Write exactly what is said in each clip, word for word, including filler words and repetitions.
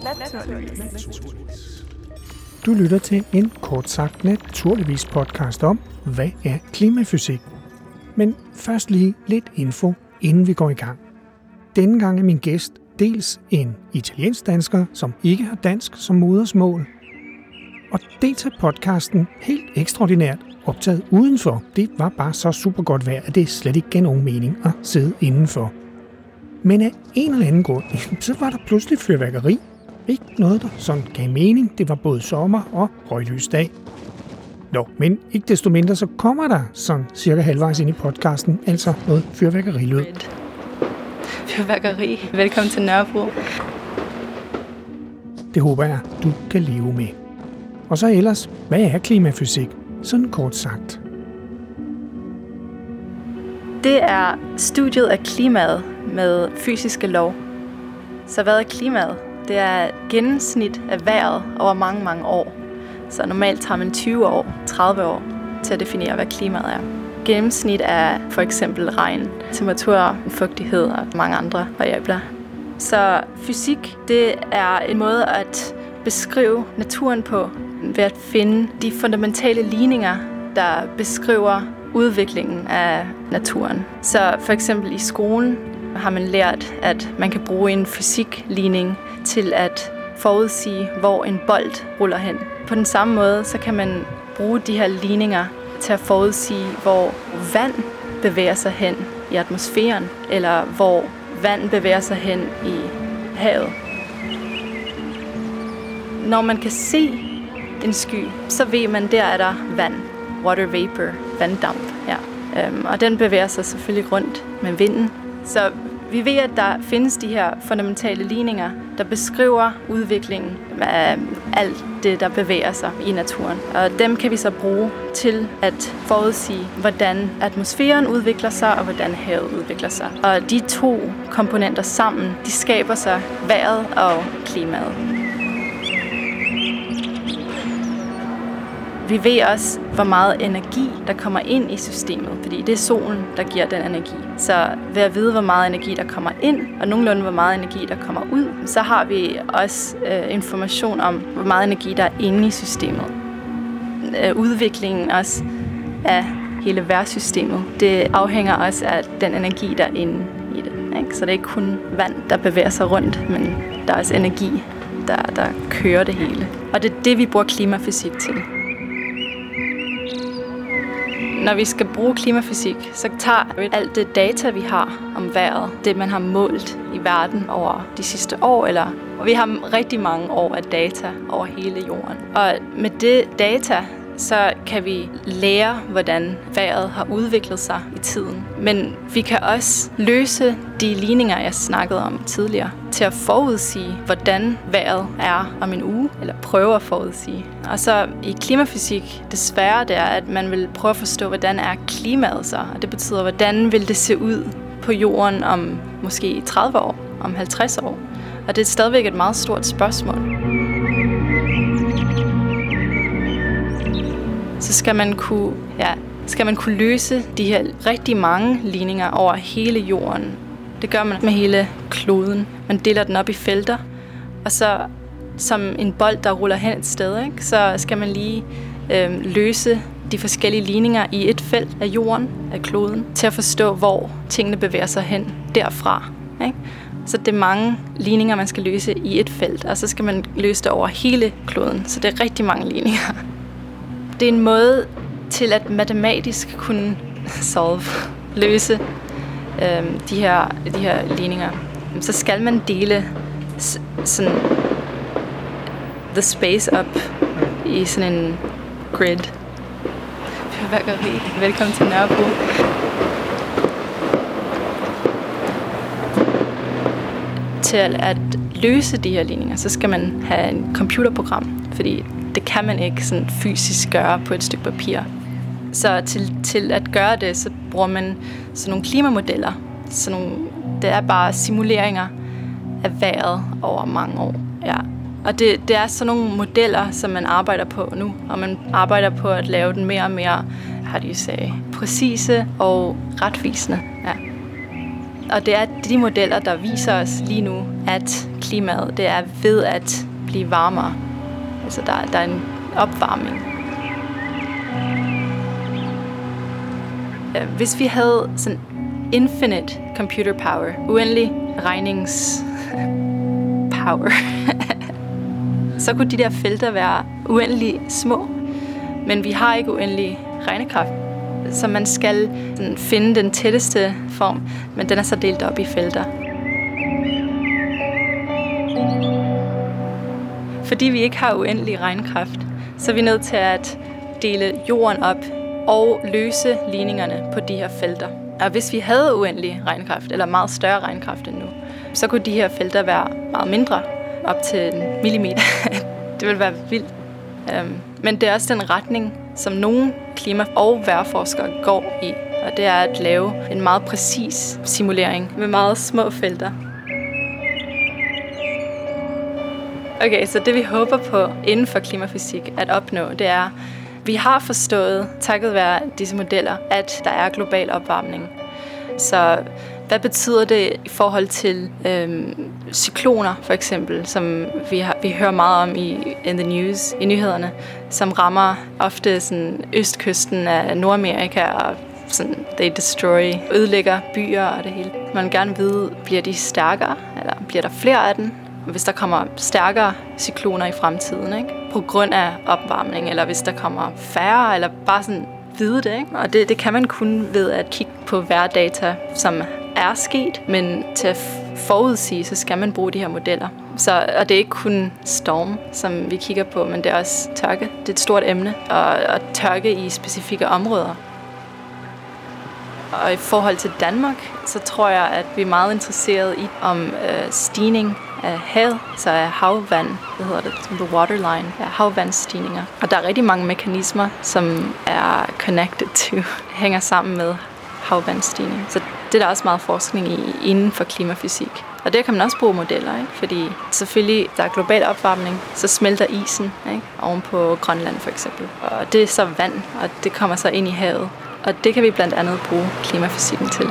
Naturligvis. Du lytter til en kort sagt naturligvis podcast om, hvad er klimafysik. Men først lige lidt info, inden vi går i gang. Denne gang er min gæst dels en italiensk dansker, som ikke har dansk som modersmål, og dels er podcasten helt ekstraordinært optaget udenfor. Det var bare så super godt vejr, at det slet ikke gav nogen mening at sidde indenfor. Men af en eller anden grund, så var der pludselig fyrværkeri. Ikke noget, der sådan gav mening. Det var både sommer og røglysdag. Nå, men ikke desto mindre, så kommer der sådan cirka halvvejs ind i podcasten, altså noget fyrværkerilyd. Fyrværkeri. Velkommen til Nørrebro. Det håber jeg, du kan leve med. Og så ellers, hvad er klimafysik? Sådan kort sagt. Det er studiet af klimaet med fysiske lov. Så hvad er klimaet? Det er gennemsnit af vejret over mange, mange år. Så normalt tager man tyve år, tredive år til at definere, hvad klimaet er. Gennemsnit er for eksempel regn, temperatur, fugtighed og mange andre variabler. Så fysik, det er en måde at beskrive naturen på ved at finde de fundamentale ligninger, der beskriver udviklingen af naturen. Så for eksempel i skolen har man lært, at man kan bruge en fysikligning til at forudsige, hvor en bold ruller hen. På den samme måde, så kan man bruge de her ligninger til at forudsige, hvor vand bevæger sig hen i atmosfæren, eller hvor vand bevæger sig hen i havet. Når man kan se en sky, så ved man, der er der vand, water vapor, vanddamp. Ja. Øhm, og den bevæger sig selvfølgelig rundt med vinden. Så vi ved, at der findes de her fundamentale ligninger, der beskriver udviklingen af alt det, der bevæger sig i naturen. Og dem kan vi så bruge til at forudsige, hvordan atmosfæren udvikler sig, og hvordan havet udvikler sig. Og de to komponenter sammen, de skaber sig vejret og klimaet. Vi ved også, hvor meget energi, der kommer ind i systemet, fordi det er solen, der giver den energi. Så ved at vide, hvor meget energi, der kommer ind, og nogenlunde, hvor meget energi, der kommer ud, så har vi også øh, information om, hvor meget energi, der er inde i systemet. Øh, udviklingen også af hele vejrsystemet, det afhænger også af den energi, der er inde i det. Ikke? Så det er ikke kun vand, der bevæger sig rundt, men der er også energi, der, der kører det hele. Og det er det, vi bruger klimafysik til. Når vi skal bruge klimafysik, så tager vi alt det data, vi har om vejret, det man har målt i verden over de sidste år, eller og vi har rigtig mange år af data over hele jorden. Og med det data, så kan vi lære, hvordan vejret har udviklet sig i tiden. Men vi kan også løse de ligninger, jeg snakkede om tidligere, til at forudsige, hvordan vejret er om en uge, eller prøve at forudsige. Og så i klimafysik, det svære det er, at man vil prøve at forstå, hvordan er klimaet så. Og det betyder, hvordan vil det se ud på jorden om måske tredive år, om halvtreds år. Og det er stadigvæk et meget stort spørgsmål. Så skal man kunne, ja, skal man kunne løse de her rigtig mange ligninger over hele jorden. Det gør man med hele kloden. Man deler den op i felter, og så som en bold, der ruller hen et sted, ikke, så skal man lige øh, løse de forskellige ligninger i et felt af jorden, af kloden, til at forstå, hvor tingene bevæger sig hen derfra. Ikke? Så det er mange ligninger, man skal løse i et felt, og så skal man løse det over hele kloden. Så det er rigtig mange ligninger. Det er en måde til at matematisk kunne solve, løse øhm, de, her, de her ligninger. Så skal man dele s- sådan the space up i sådan en grid. Fyrværkeri. Velkommen til Nørrebro. Til at løse de her ligninger, så skal man have et computerprogram, fordi det kan man ikke sådan fysisk gøre på et stykke papir. Så til, til at gøre det, så bruger man sådan nogle klimamodeller. Sådan nogle, det er bare simuleringer af vejret over mange år. Ja. Og det, det er sådan nogle modeller, som man arbejder på nu, og man arbejder på at lave den mere og mere, how do you say, præcise og retvisende. Ja. Og det er de modeller, der viser os lige nu, at klimaet det er ved at blive varmere. Altså der, der er en opvarmning. Hvis vi havde sådan infinite computer power, uendelig regnings power, så kunne de der felter være uendelig små. Men vi har ikke uendelig regnekraft. Så man skal sådan finde den tætteste form, men den er så delt op i felter. Fordi vi ikke har uendelig regnekraft, så er vi nødt til at dele jorden op og løse ligningerne på de her felter. Og hvis vi havde uendelig regnekraft, eller meget større regnekraft end nu, så kunne de her felter være meget mindre, op til en millimeter. Det ville være vildt. Men det er også den retning, som nogle klima- og vejrforskere går i, og det er at lave en meget præcis simulering med meget små felter. Okay, så det vi håber på inden for klimafysik at opnå, det er, vi har forstået, takket være disse modeller, at der er global opvarmning. Så hvad betyder det i forhold til øhm, cykloner, for eksempel, som vi, har, vi hører meget om i in the news, i nyhederne, som rammer ofte sådan østkysten af Nordamerika og sådan, they destroy, ødelægger byer og det hele. Man vil gerne vide, bliver de stærkere, eller bliver der flere af dem? Hvis der kommer stærkere cykloner i fremtiden, ikke? På grund af opvarmning, eller hvis der kommer færre, eller bare sådan vide det, ikke? Og det, det kan man kun ved at kigge på vejrdata, som er sket, men til at forudsige, så skal man bruge de her modeller. Så, og det er ikke kun storm, som vi kigger på, men det er også tørke. Det er et stort emne, og, og tørke i specifikke områder. Og i forhold til Danmark, så tror jeg, at vi er meget interesserede i om øh, stigning af havet, så af havvand, det hedder det, som the waterline, ja, havvandsstigninger. Og der er rigtig mange mekanismer, som er connected to, hænger sammen med havvandsstigning. Så det er der også meget forskning i inden for klimafysik. Og der kan man også bruge modeller, ikke? Fordi selvfølgelig, der er global opvarmning, så smelter isen, ikke? Oven på Grønland for eksempel. Og det er så vand, og det kommer så ind i havet. Og det kan vi blandt andet bruge klimafysikken til.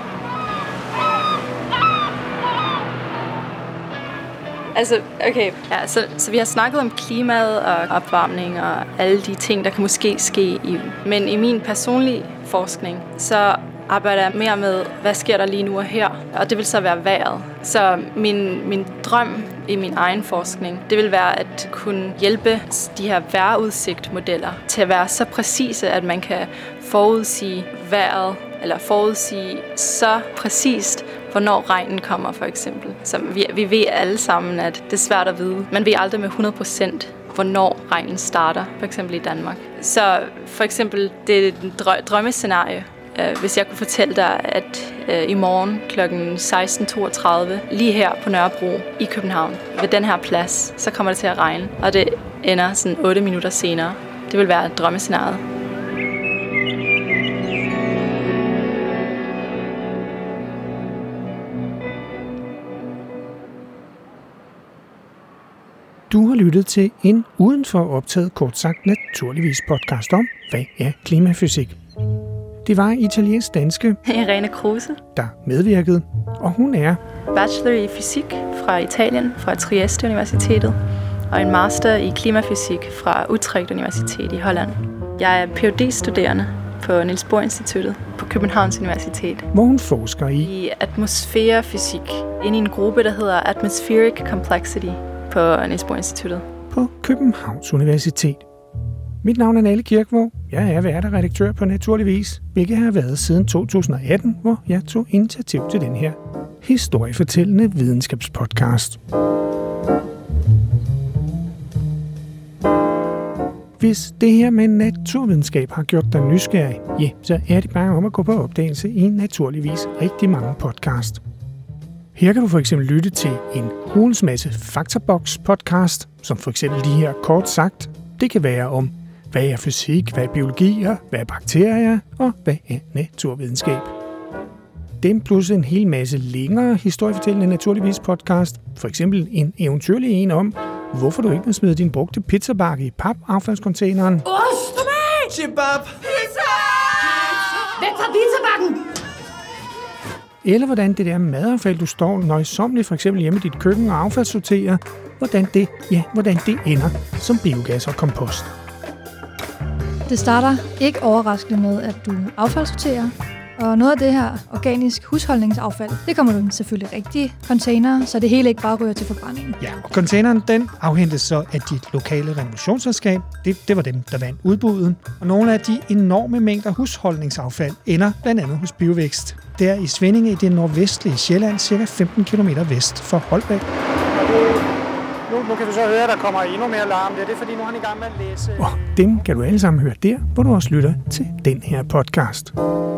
Altså, okay, ja, så, så vi har snakket om klimaet og opvarmning og alle de ting, der kan måske ske i. Men i min personlige forskning, så arbejder jeg mere med, hvad sker der lige nu og her, og det vil så være vejret. Så min, min drøm i min egen forskning, det vil være at kunne hjælpe de her vejrudsigtmodeller til at være så præcise, at man kan forudsige vejret, eller forudsige så præcist, hvornår regnen kommer for eksempel. Så vi, vi ved alle sammen, at det er svært at vide. Man ved aldrig med hundrede procent, hvornår regnen starter, for eksempel i Danmark. Så for eksempel, det er et drø- drømmescenarie. Hvis jeg kunne fortælle dig, at øh, i morgen klokken seksten toogtredive, lige her på Nørrebro i København, ved den her plads, så kommer det til at regne, og det ender sådan otte minutter senere. Det vil være et drømmescenarie. Du har lyttet til en udenfor optaget kort sagt naturligvis podcast om, hvad er klimafysik. Det var italiensk-danske Irene Kruse, der medvirkede, og hun er bachelor i fysik fra Italien, fra Trieste Universitetet, og en master i klimafysik fra Utrecht Universitet i Holland. Jeg er P H D-studerende på Niels Bohr Instituttet på Københavns Universitet, hvor hun forsker i, i atmosfærefysik, inde i en gruppe, der hedder Atmospheric Complexity på Niels Bohr Instituttet på Københavns Universitet. Mit navn er Nalle Kirkvaag. Jeg er vært og redaktør på Naturligvis, hvilket har været siden to tusind og atten, hvor jeg tog initiativ til den her historiefortællende videnskabspodcast. Hvis det her med naturvidenskab har gjort dig nysgerrig, ja, så er det bare om at gå på opdagelse i Naturligvis rigtig mange podcast. Her kan du for eksempel lytte til en hulens masse Faktaboks podcast, som for eksempel de her kort sagt. Det kan være om, hvad er fysik, hvad er biologi, hvad er bakterier, og hvad er naturvidenskab. Dem plus en hel masse længere historiefortællende Naturligvis podcast, for eksempel en eventyrlig en om, hvorfor du ikke må smide din brugte pizzabakke i pap-affaldscontaineren. Ost! Tomat! Kebab! Pizza! Væk fra pizzabakken! eller hvordan det der madaffald, du står nøjsommeligt for eksempel hjemme i dit køkken og affaldssorterer, hvordan det, ja, hvordan det ender som biogas og kompost. Det starter ikke overraskende med, at du affaldssorterer, og noget af det her organisk husholdningsaffald, det kommer du selvfølgelig rigtig container, så det hele ikke bare ryger til forbrændingen. Ja, og containeren den afhentes så af dit lokale renovationsselskab. Det, det var dem, der vandt udbuddet. Og nogle af de enorme mængder husholdningsaffald ender blandt andet hos Biovækst. Det er i Svendinge i det nordvestlige Sjælland, cirka femten kilometer vest for Holbæk. Nu, nu kan vi så høre, at der kommer endnu mere larm. Det er det, fordi nu er han i gang med at læse. Og dem kan du alle sammen høre der, hvor du også lytter til den her podcast.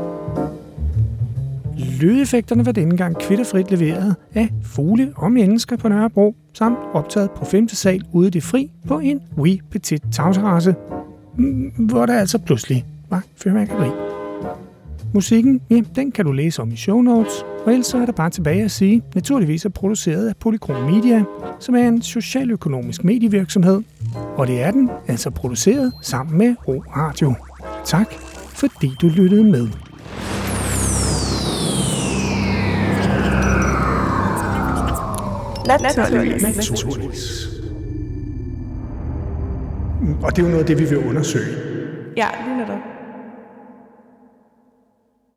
Lydeffekterne var denne gang kvitterfrit leveret af fugle og mennesker på Nørrebro, samt optaget på femte sal ude i det fri på en Oui Petit tagterrasse, hvor der altså pludselig var fyrværkeri. Musikken, ja, den kan du læse om i show notes, og ellers er der bare tilbage at sige, naturligvis er produceret af Polychrom Media, som er en socialøkonomisk medievirksomhed, og det er den altså produceret sammen med Ro Radio. Tak, fordi du lyttede med. Naturligvis. Naturligvis. Og det er jo noget af det, vi vil undersøge. Ja, lige netop.